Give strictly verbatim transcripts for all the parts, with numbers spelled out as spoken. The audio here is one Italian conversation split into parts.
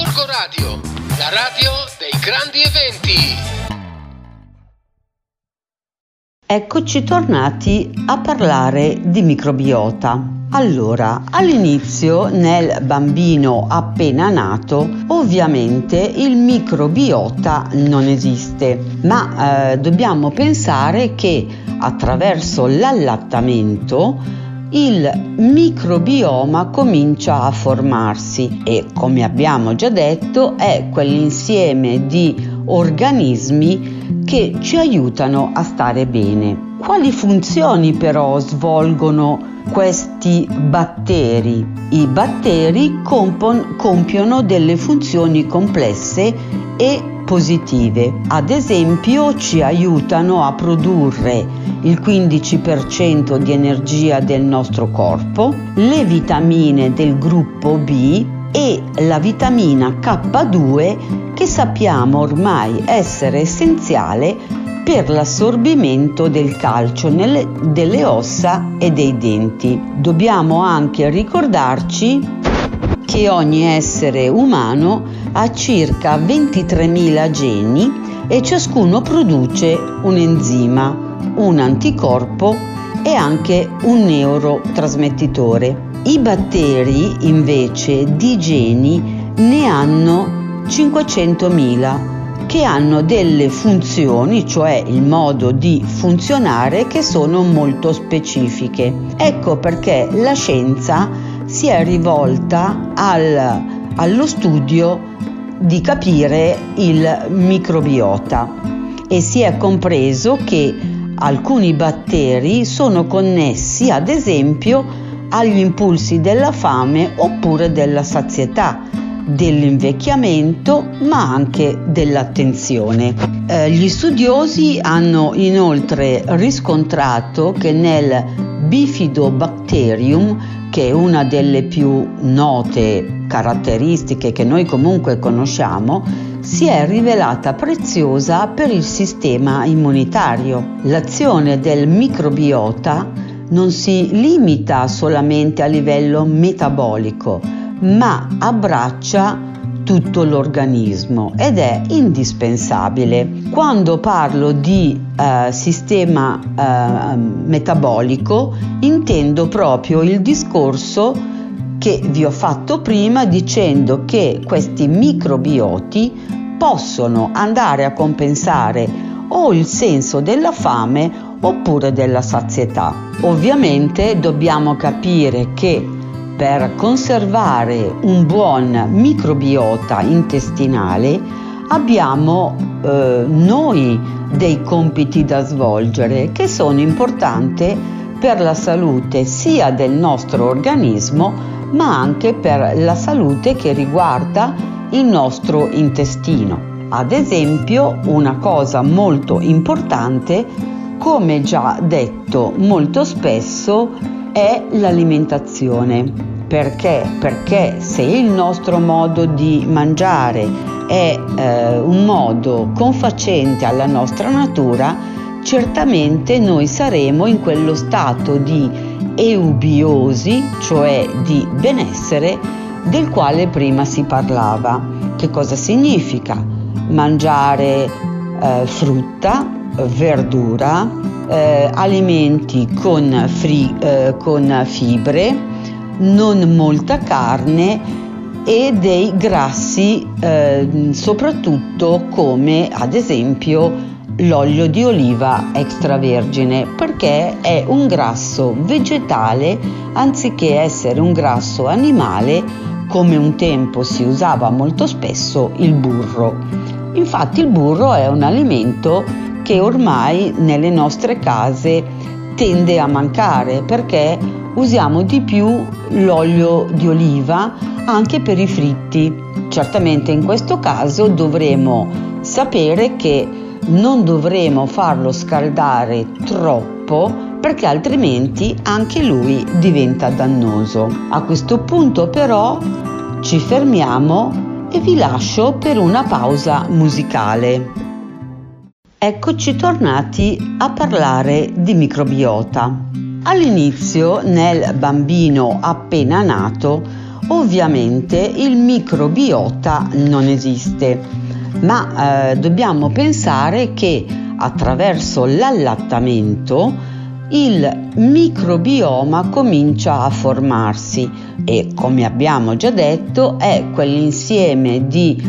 Gorgo Radio, la radio dei grandi eventi. Eccoci tornati a parlare di microbiota. Allora, all'inizio nel bambino appena nato, ovviamente il microbiota non esiste, ma eh, dobbiamo pensare che attraverso l'allattamento il microbioma comincia a formarsi e, come abbiamo già detto, è quell'insieme di organismi che ci aiutano a stare bene. Quali funzioni però svolgono questi batteri? I batteri compon- compiono delle funzioni complesse e positive. Ad esempio, ci aiutano a produrre il quindici per cento di energia del nostro corpo, le vitamine del gruppo B e la vitamina K due, che sappiamo ormai essere essenziale per l'assorbimento del calcio nelle, delle ossa e dei denti. Dobbiamo anche ricordarci che ogni essere umano ha circa ventitremila geni e ciascuno produce un enzima, un anticorpo e anche un neurotrasmettitore. I batteri invece di geni ne hanno cinquecentomila, che hanno delle funzioni, cioè il modo di funzionare, che sono molto specifiche. Ecco perché la scienza si è rivolta al, allo studio di capire il microbiota e si è compreso che alcuni batteri sono connessi, ad esempio, agli impulsi della fame oppure della sazietà, dell'invecchiamento, ma anche dell'attenzione. Eh, gli studiosi hanno inoltre riscontrato che nel Bifidobacterium, che è una delle più note caratteristiche che noi comunque conosciamo, si è rivelata preziosa per il sistema immunitario. L'azione del microbiota non si limita solamente a livello metabolico, ma abbraccia tutto l'organismo ed è indispensabile. Quando parlo di eh, sistema eh, metabolico, intendo proprio il discorso che vi ho fatto prima, dicendo che questi microbioti possono andare a compensare o il senso della fame oppure della sazietà. Ovviamente dobbiamo capire che per conservare un buon microbiota intestinale abbiamo eh, noi dei compiti da svolgere che sono importanti per la salute sia del nostro organismo, ma anche per la salute che riguarda il nostro intestino. Ad esempio, una cosa molto importante, come già detto molto spesso, è l'alimentazione. Perché? Perché se il nostro modo di mangiare è eh, un modo confacente alla nostra natura, certamente noi saremo in quello stato di eubiosi, cioè di benessere, del quale prima si parlava. Che cosa significa? Mangiare eh, frutta, verdura, eh, alimenti con, fri- eh, con fibre, non molta carne e dei grassi, eh, soprattutto come ad esempio l'olio di oliva extravergine, perché è un grasso vegetale anziché essere un grasso animale, come un tempo si usava molto spesso il burro. Infatti il burro è un alimento che ormai nelle nostre case tende a mancare, perché usiamo di più l'olio di oliva anche per i fritti. Certamente in questo caso dovremo sapere che non dovremo farlo scaldare troppo, perché altrimenti anche lui diventa dannoso. A questo punto però ci fermiamo e vi lascio per una pausa musicale. Eccoci tornati a parlare di microbiota. All'inizio, nel bambino appena nato, Ovviamente il microbiota non esiste, ma eh, dobbiamo pensare che attraverso l'allattamento il microbioma comincia a formarsi e, come abbiamo già detto, è quell'insieme di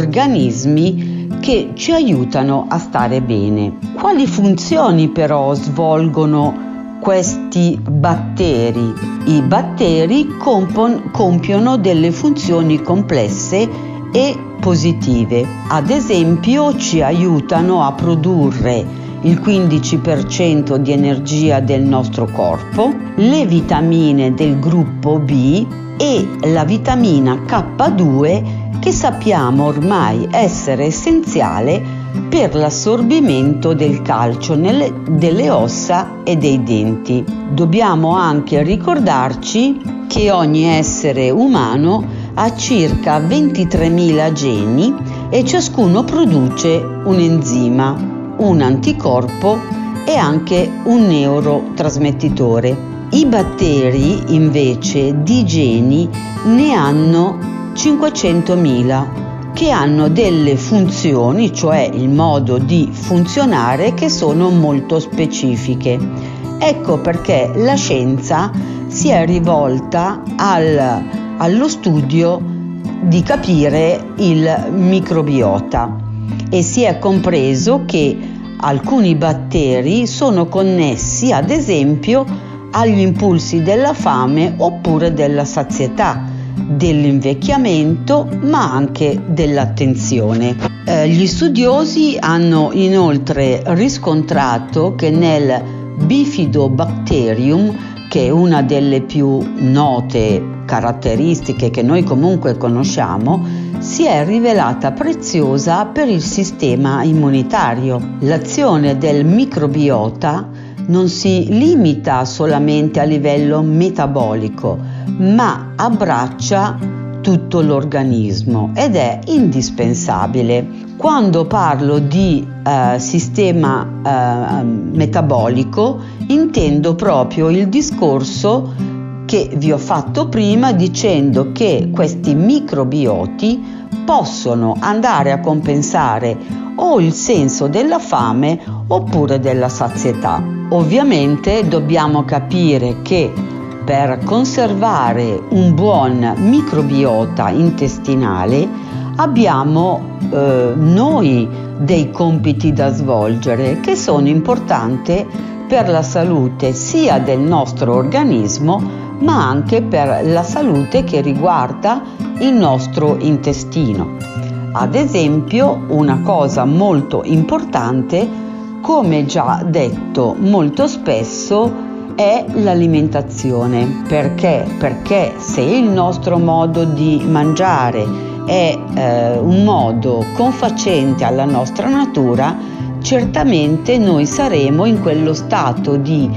organismi che ci aiutano a stare bene. Quali funzioni però svolgono questi batteri? I batteri compon- compiono delle funzioni complesse e positive. Ad esempio, ci aiutano a produrre il quindici per cento di energia del nostro corpo, le vitamine del gruppo B e la vitamina K due, che sappiamo ormai essere essenziale per l'assorbimento del calcio nelle, delle ossa e dei denti. Dobbiamo anche ricordarci che ogni essere umano ha circa ventitremila geni e ciascuno produce un enzima, un anticorpo e anche un neurotrasmettitore. I batteri invece di geni ne hanno cinquecentomila, che hanno delle funzioni, cioè il modo di funzionare, che sono molto specifiche. Ecco perché la scienza si è rivolta al, allo studio di capire il microbiota e si è compreso che alcuni batteri sono connessi, ad esempio, agli impulsi della fame oppure della sazietà, dell'invecchiamento, ma anche dell'attenzione. Eh, gli studiosi hanno inoltre riscontrato che nel Bifidobacterium, che è una delle più note caratteristiche che noi comunque conosciamo, si è rivelata preziosa per il sistema immunitario. L'azione del microbiota non si limita solamente a livello metabolico, ma abbraccia tutto l'organismo ed è indispensabile. Quando parlo di eh, sistema eh, metabolico, intendo proprio il discorso che vi ho fatto prima, dicendo che questi microbioti possono andare a compensare o il senso della fame oppure della sazietà. Ovviamente dobbiamo capire che per conservare un buon microbiota intestinale abbiamo eh, noi dei compiti da svolgere che sono importanti per la salute sia del nostro organismo, ma anche per la salute che riguarda il nostro intestino. Ad esempio, una cosa molto importante, come già detto molto spesso, è l'alimentazione. Perché? Perché se il nostro modo di mangiare è eh, un modo confacente alla nostra natura, certamente noi saremo in quello stato di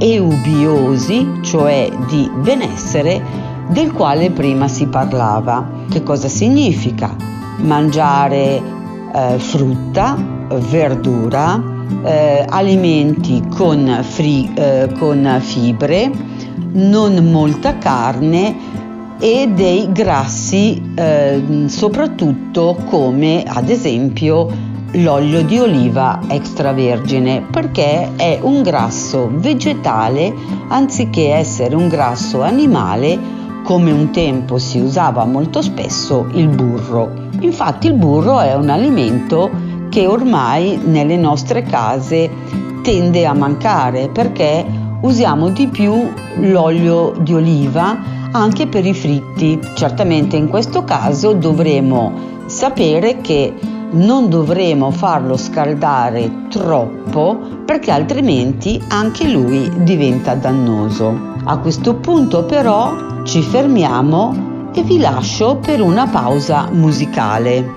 eubiosi, cioè di benessere, del quale prima si parlava. Che cosa significa? Mangiare eh, frutta, verdura, eh, alimenti con, fri- eh, con fibre, non molta carne e dei grassi, eh, soprattutto come ad esempio l'olio di oliva extravergine, perché è un grasso vegetale anziché essere un grasso animale, come un tempo si usava molto spesso il burro. Infatti il burro è un alimento che ormai nelle nostre case tende a mancare, perché usiamo di più l'olio di oliva anche per i fritti. Certamente in questo caso dovremo sapere che non dovremo farlo scaldare troppo, perché altrimenti anche lui diventa dannoso. A questo punto però ci fermiamo e vi lascio per una pausa musicale.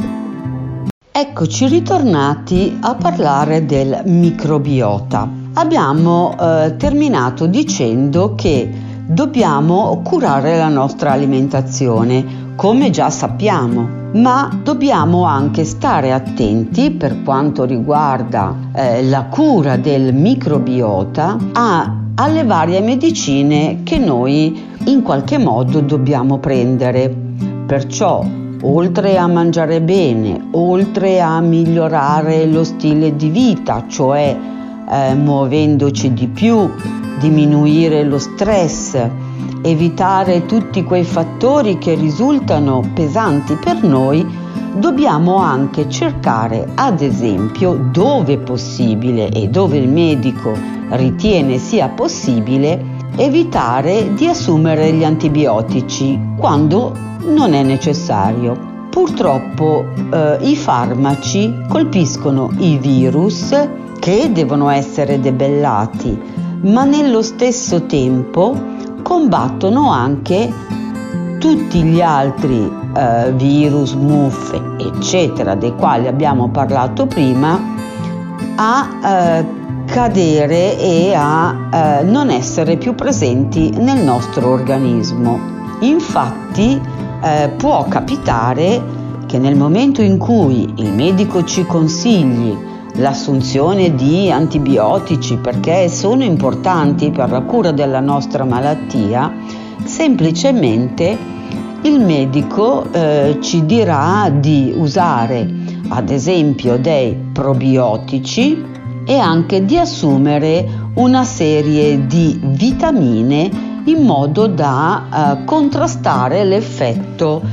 Eccoci ritornati a parlare del microbiota. Abbiamo eh, terminato dicendo che dobbiamo curare la nostra alimentazione, come già sappiamo, ma dobbiamo anche stare attenti, per quanto riguarda eh, la cura del microbiota, a alle varie medicine che noi in qualche modo dobbiamo prendere. Perciò, oltre a mangiare bene, oltre a migliorare lo stile di vita, cioè eh, muovendoci di più, diminuire lo stress, evitare tutti quei fattori che risultano pesanti per noi, dobbiamo anche cercare, ad esempio, dove possibile e dove il medico ritiene sia possibile, evitare di assumere gli antibiotici quando non è necessario. Purtroppo eh, i farmaci colpiscono i virus che devono essere debellati, ma nello stesso tempo combattono anche tutti gli altri eh, virus, muffe, eccetera, dei quali abbiamo parlato prima, a eh, cadere e a eh, non essere più presenti nel nostro organismo. Infatti eh, può capitare che nel momento in cui il medico ci consigli l'assunzione di antibiotici perché sono importanti per la cura della nostra malattia, semplicemente il medico eh, ci dirà di usare ad esempio dei probiotici e anche di assumere una serie di vitamine in modo da eh, contrastare l'effetto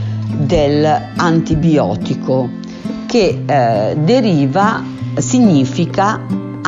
dell'antibiotico, che eh, deriva, significa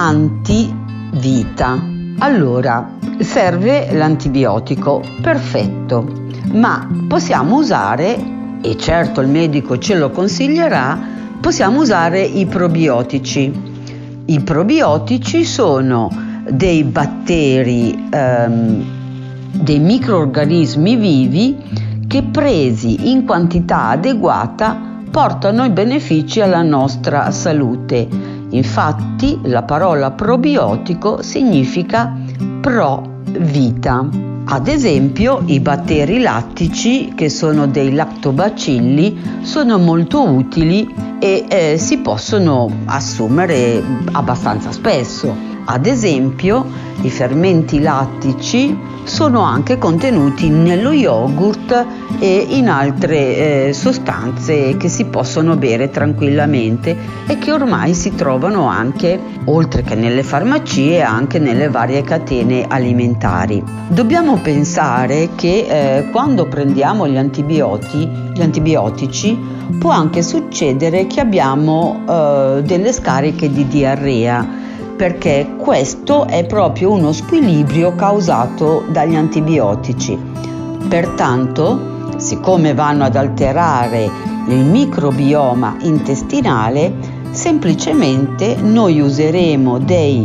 antivita. Allora, serve l'antibiotico, perfetto, ma possiamo usare, e certo il medico ce lo consiglierà, possiamo usare i probiotici. I probiotici sono dei batteri, ehm, dei microrganismi vivi che presi in quantità adeguata portano i benefici alla nostra salute. Infatti la parola probiotico significa pro vita. Ad esempio i batteri lattici, che sono dei lactobacilli, sono molto utili e eh, si possono assumere abbastanza spesso. Ad esempio i fermenti lattici sono anche contenuti nello yogurt e in altre eh, sostanze che si possono bere tranquillamente e che ormai si trovano anche, oltre che nelle farmacie, anche nelle varie catene alimentari. Dobbiamo pensare che eh, quando prendiamo gli antibiotici, gli antibiotici può anche succedere che abbiamo eh, delle scariche di diarrea, perché questo è proprio uno squilibrio causato dagli antibiotici. Pertanto, siccome vanno ad alterare il microbioma intestinale, semplicemente noi useremo dei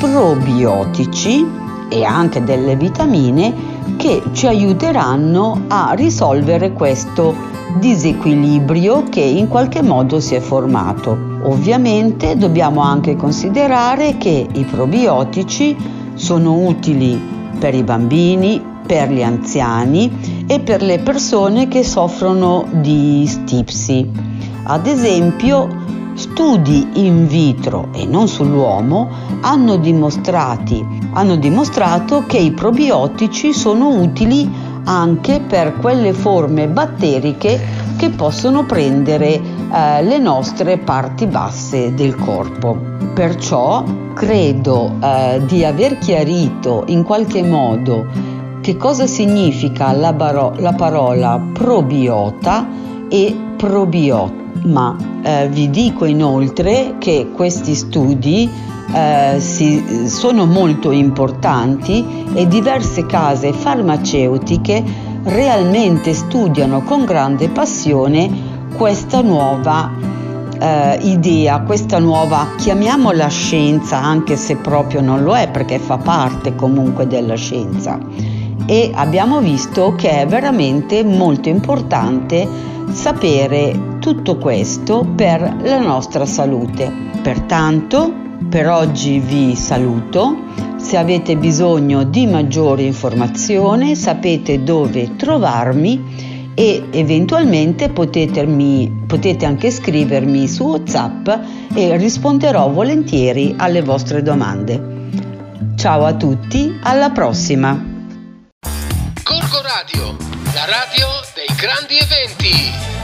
probiotici e anche delle vitamine che ci aiuteranno a risolvere questo disequilibrio che in qualche modo si è formato. Ovviamente dobbiamo anche considerare che i probiotici sono utili per i bambini, per gli anziani e per le persone che soffrono di stipsi. Ad esempio, studi in vitro e non sull'uomo hanno dimostrati, hanno dimostrato che i probiotici sono utili anche per quelle forme batteriche che possono prendere eh, le nostre parti basse del corpo. Perciò credo eh, di aver chiarito in qualche modo che cosa significa la, baro- la parola probiota e probiota. Ma eh, vi dico inoltre che questi studi eh, si, sono molto importanti e diverse case farmaceutiche realmente studiano con grande passione questa nuova eh, idea, questa nuova, chiamiamola scienza, anche se proprio non lo è, perché fa parte comunque della scienza. E abbiamo visto che è veramente molto importante sapere tutto questo per la nostra salute. Pertanto, per oggi vi saluto. Se avete bisogno di maggiore informazione, sapete dove trovarmi e eventualmente potete, potete anche scrivermi su WhatsApp e risponderò volentieri alle vostre domande. Ciao a tutti, alla prossima! Gorgo Radio, la radio dei grandi eventi.